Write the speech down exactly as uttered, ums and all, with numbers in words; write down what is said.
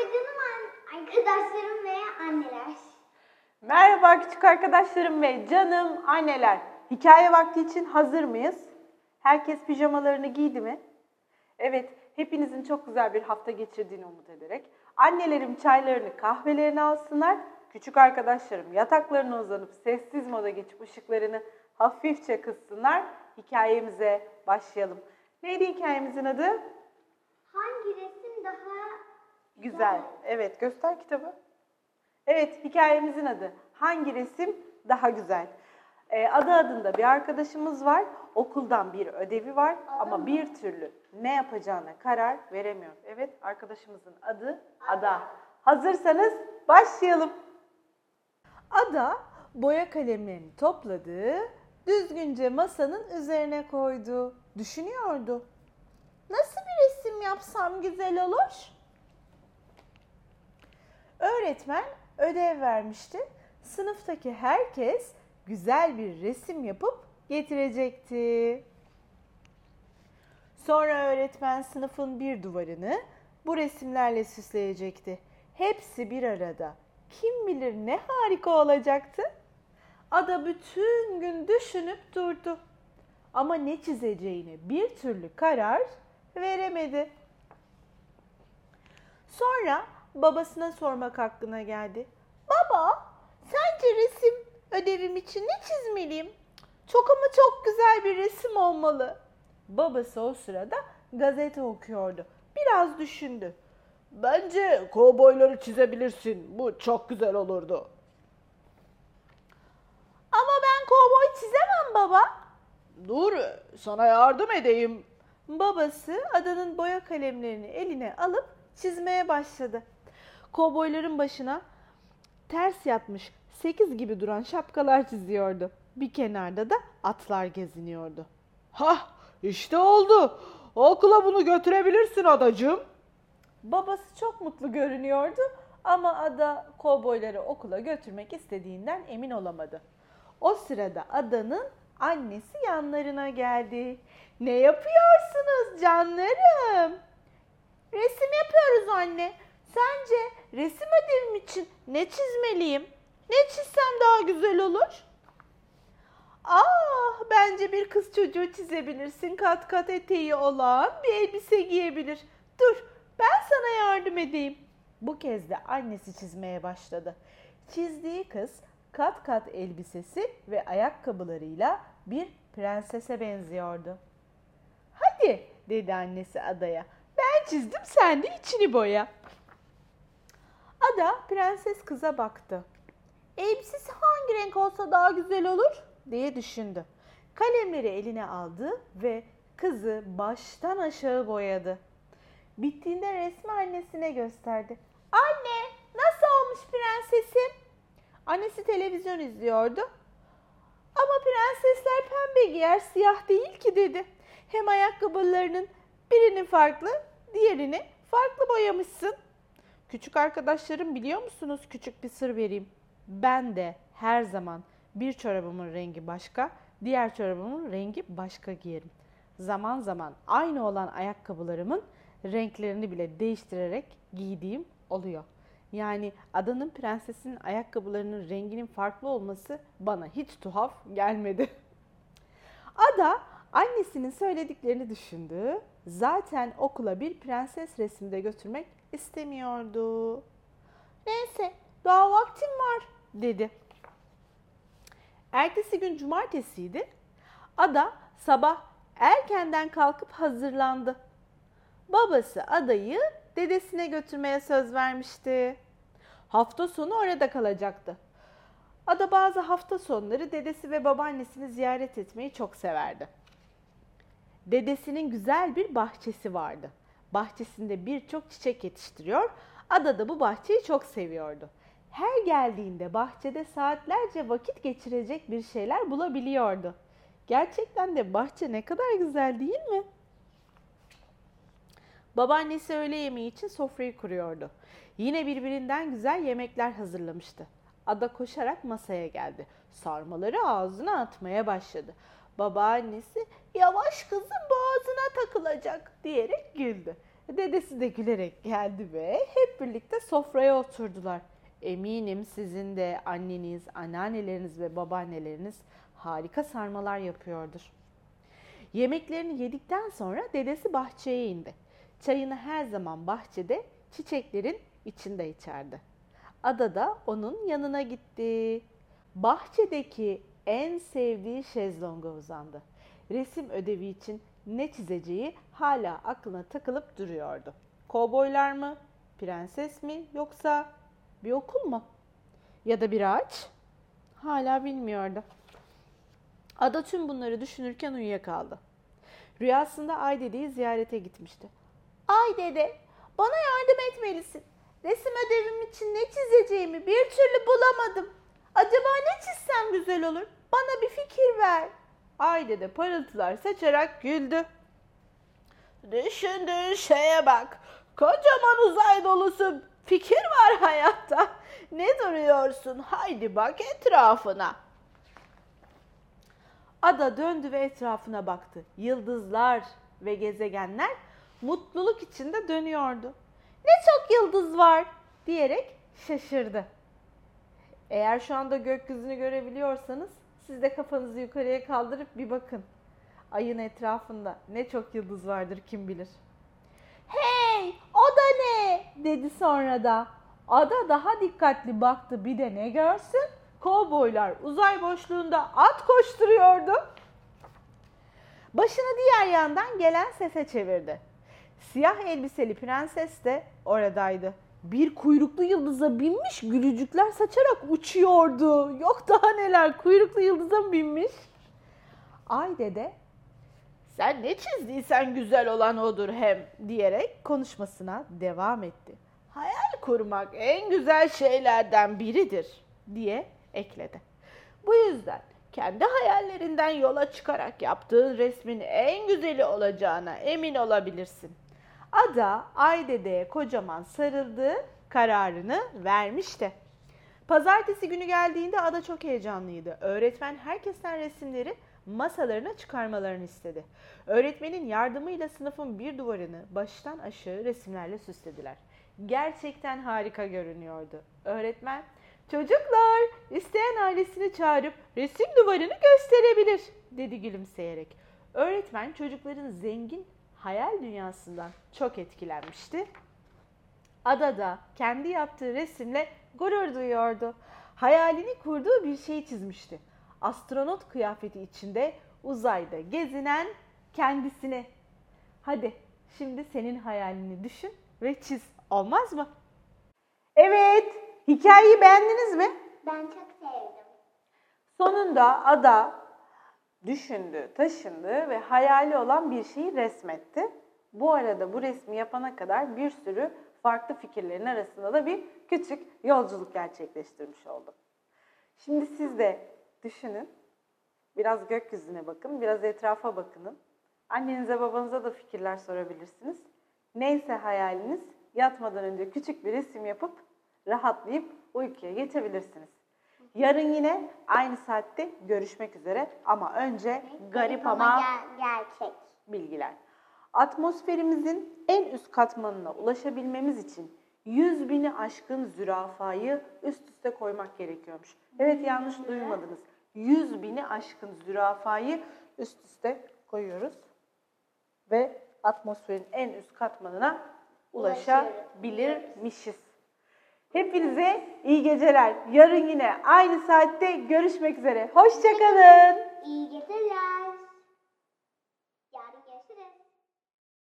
canım arkadaşlarım ve anneler. Merhaba küçük arkadaşlarım ve canım anneler. Hikaye vakti için hazır mıyız? Herkes pijamalarını giydi mi? Evet, hepinizin çok güzel bir hafta geçirdiğini umut ederek annelerim çaylarını, kahvelerini alsınlar. Küçük arkadaşlarım yataklarına uzanıp sessiz moda geçip ışıklarını hafifçe kıssınlar. Hikayemize başlayalım. Neydi hikayemizin adı? Hangi resim daha Güzel. Evet, göster kitabı. Evet, hikayemizin adı Hangi Resim Daha Güzel? Ee, adı adında bir arkadaşımız var. Okuldan bir ödevi var ama bir türlü ne yapacağına karar veremiyor. Evet, arkadaşımızın adı Ada. Hazırsanız başlayalım. Ada boya kalemlerini topladı, düzgünce masanın üzerine koydu. Düşünüyordu. Nasıl bir resim yapsam güzel olur? Öğretmen ödev vermişti. Sınıftaki herkes güzel bir resim yapıp getirecekti. Sonra öğretmen sınıfın bir duvarını bu resimlerle süsleyecekti. Hepsi bir arada. Kim bilir ne harika olacaktı? Ada bütün gün düşünüp durdu. Ama ne çizeceğine bir türlü karar veremedi. Sonra babasına sormak aklına geldi. Baba, sence resim ödevim için ne çizmeliyim? Çok ama çok güzel bir resim olmalı. Babası o sırada gazete okuyordu. Biraz düşündü. Bence kovboyları çizebilirsin. Bu çok güzel olurdu. Ama ben kovboy çizemem baba. Dur, sana yardım edeyim. Babası Adanın boya kalemlerini eline alıp çizmeye başladı. Kovboyların başına ters yatmış sekiz gibi duran şapkalar çiziyordu. Bir kenarda da atlar geziniyordu. Hah, işte oldu. Okula bunu götürebilirsin adacığım. Babası çok mutlu görünüyordu ama Ada kovboyları okula götürmek istediğinden emin olamadı. O sırada Ada'nın annesi yanlarına geldi. Ne yapıyorsunuz canlarım? Resim yapıyoruz anne. Sence resim ödevim için ne çizmeliyim? Ne çizsem daha güzel olur? Ah, bence bir kız çocuğu çizebilirsin. Kat kat eteği olan bir elbise giyebilir. Dur, ben sana yardım edeyim. Bu kez de annesi çizmeye başladı. Çizdiği kız kat kat elbisesi ve ayakkabılarıyla bir prensese benziyordu. Hadi, dedi annesi Ada'ya. Ben çizdim, sen de içini boya. Ada prenses kıza baktı. Elbisesi hangi renk olsa daha güzel olur diye düşündü. Kalemleri eline aldı ve kızı baştan aşağı boyadı. Bittiğinde resmi annesine gösterdi. Anne, nasıl olmuş prensesim? Annesi televizyon izliyordu. Ama prensesler pembe giyer, siyah değil ki dedi. Hem ayakkabılarının birini farklı, diğerini farklı boyamışsın. Küçük arkadaşlarım, biliyor musunuz, küçük bir sır vereyim. Ben de her zaman bir çorabımın rengi başka, diğer çorabımın rengi başka giyerim. Zaman zaman aynı olan ayakkabılarımın renklerini bile değiştirerek giydiğim oluyor. Yani Adanın prensesinin ayakkabılarının renginin farklı olması bana hiç tuhaf gelmedi. Ada annesinin söylediklerini düşündü. Zaten okula bir prenses resmi de götürmek istemiyordu. Neyse, daha vaktim var dedi. Ertesi gün cumartesiydi. Ada sabah erkenden kalkıp hazırlandı. Babası Ada'yı dedesine götürmeye söz vermişti. Hafta sonu orada kalacaktı. Ada bazı hafta sonları dedesi ve babaannesini ziyaret etmeyi çok severdi. Dedesinin güzel bir bahçesi vardı. Bahçesinde birçok çiçek yetiştiriyor. Ada da bu bahçeyi çok seviyordu. Her geldiğinde bahçede saatlerce vakit geçirecek bir şeyler bulabiliyordu. Gerçekten de bahçe ne kadar güzel, değil mi? Babaannesi öğle yemeği için sofrayı kuruyordu. Yine birbirinden güzel yemekler hazırlamıştı. Ada koşarak masaya geldi. Sarmaları ağzına atmaya başladı. Babaannesi, yavaş kızım, boğazına takılacak diyerek güldü. Dedesi de gülerek geldi ve hep birlikte sofraya oturdular. Eminim sizin de anneniz, anneanneleriniz ve babaanneleriniz harika sarmalar yapıyordur. Yemeklerini yedikten sonra dedesi bahçeye indi. Çayını her zaman bahçede çiçeklerin içinde içerdi. Ada da onun yanına gitti. Bahçedeki en sevdiği şezlonga uzandı. Resim ödevi için ne çizeceği hala aklına takılıp duruyordu. Kovboylar mı? Prenses mi? Yoksa bir okul mu? Ya da bir ağaç? Hala bilmiyordu. Ada tüm bunları düşünürken uyuyakaldı. Rüyasında Ay dedeyi ziyarete gitmişti. Ay dede, bana yardım etmelisin. Resim ödevim için ne çizeceğimi bir türlü bulamadım. Acaba ne çizsem güzel olur? Bana bir fikir ver. Ay dede parıltılar saçarak güldü. Düşündüğün şeye bak. Kocaman uzay dolusu fikir var hayatta. Ne duruyorsun? Haydi bak etrafına. Ada döndü ve etrafına baktı. Yıldızlar ve gezegenler mutluluk içinde dönüyordu. Ne çok yıldız var diyerek şaşırdı. Eğer şu anda gökyüzünü görebiliyorsanız siz de kafanızı yukarıya kaldırıp bir bakın. Ayın etrafında ne çok yıldız vardır kim bilir. Hey, o da ne? Dedi sonra da. Ada daha dikkatli baktı, bir de ne görsün? Kovboylar uzay boşluğunda at koşturuyordu. Başını diğer yandan gelen sese çevirdi. Siyah elbiseli prenses de oradaydı. Bir kuyruklu yıldıza binmiş, gülücükler saçarak uçuyordu. Yok daha neler, kuyruklu yıldıza mı binmiş? Ay dede, sen ne çizdiysen güzel olan odur hem diyerek konuşmasına devam etti. Hayal kurmak en güzel şeylerden biridir diye ekledi. Bu yüzden kendi hayallerinden yola çıkarak yaptığın resmin en güzeli olacağına emin olabilirsin. Ada Ay dedeye kocaman sarıldı, kararını vermişti. Pazartesi günü geldiğinde Ada çok heyecanlıydı. Öğretmen herkesten resimleri masalarına çıkarmalarını istedi. Öğretmenin yardımıyla sınıfın bir duvarını baştan aşağı resimlerle süslediler. Gerçekten harika görünüyordu. Öğretmen, çocuklar isteyen ailesini çağırıp resim duvarını gösterebilir dedi gülümseyerek. Öğretmen çocukların zengin hayal dünyasından çok etkilenmişti. Ada da kendi yaptığı resimle gurur duyuyordu. Hayalini kurduğu bir şey çizmişti. Astronot kıyafeti içinde uzayda gezinen kendisini. Hadi şimdi senin hayalini düşün ve çiz. Olmaz mı? Evet, hikayeyi beğendiniz mi? Ben çok sevdim. Sonunda Ada düşündü, taşındı ve hayali olan bir şeyi resmetti. Bu arada bu resmi yapana kadar bir sürü farklı fikirlerin arasında da bir küçük yolculuk gerçekleştirmiş oldu. Şimdi siz de düşünün, biraz gökyüzüne bakın, biraz etrafa bakının. Annenize babanıza da fikirler sorabilirsiniz. Neyse hayaliniz, yatmadan önce küçük bir resim yapıp rahatlayıp uykuya geçebilirsiniz. Yarın yine aynı saatte görüşmek üzere ama önce garip ama ger- gerçek. bilgiler. Atmosferimizin en üst katmanına ulaşabilmemiz için yüz bini aşkın zürafayı üst üste koymak gerekiyormuş. Evet, yanlış duymadınız. yüz bini aşkın zürafayı üst üste koyuyoruz ve atmosferin en üst katmanına ulaşabilirmişiz. Hepinize iyi geceler. Yarın yine aynı saatte görüşmek üzere. Hoşça kalın. İyi geceler.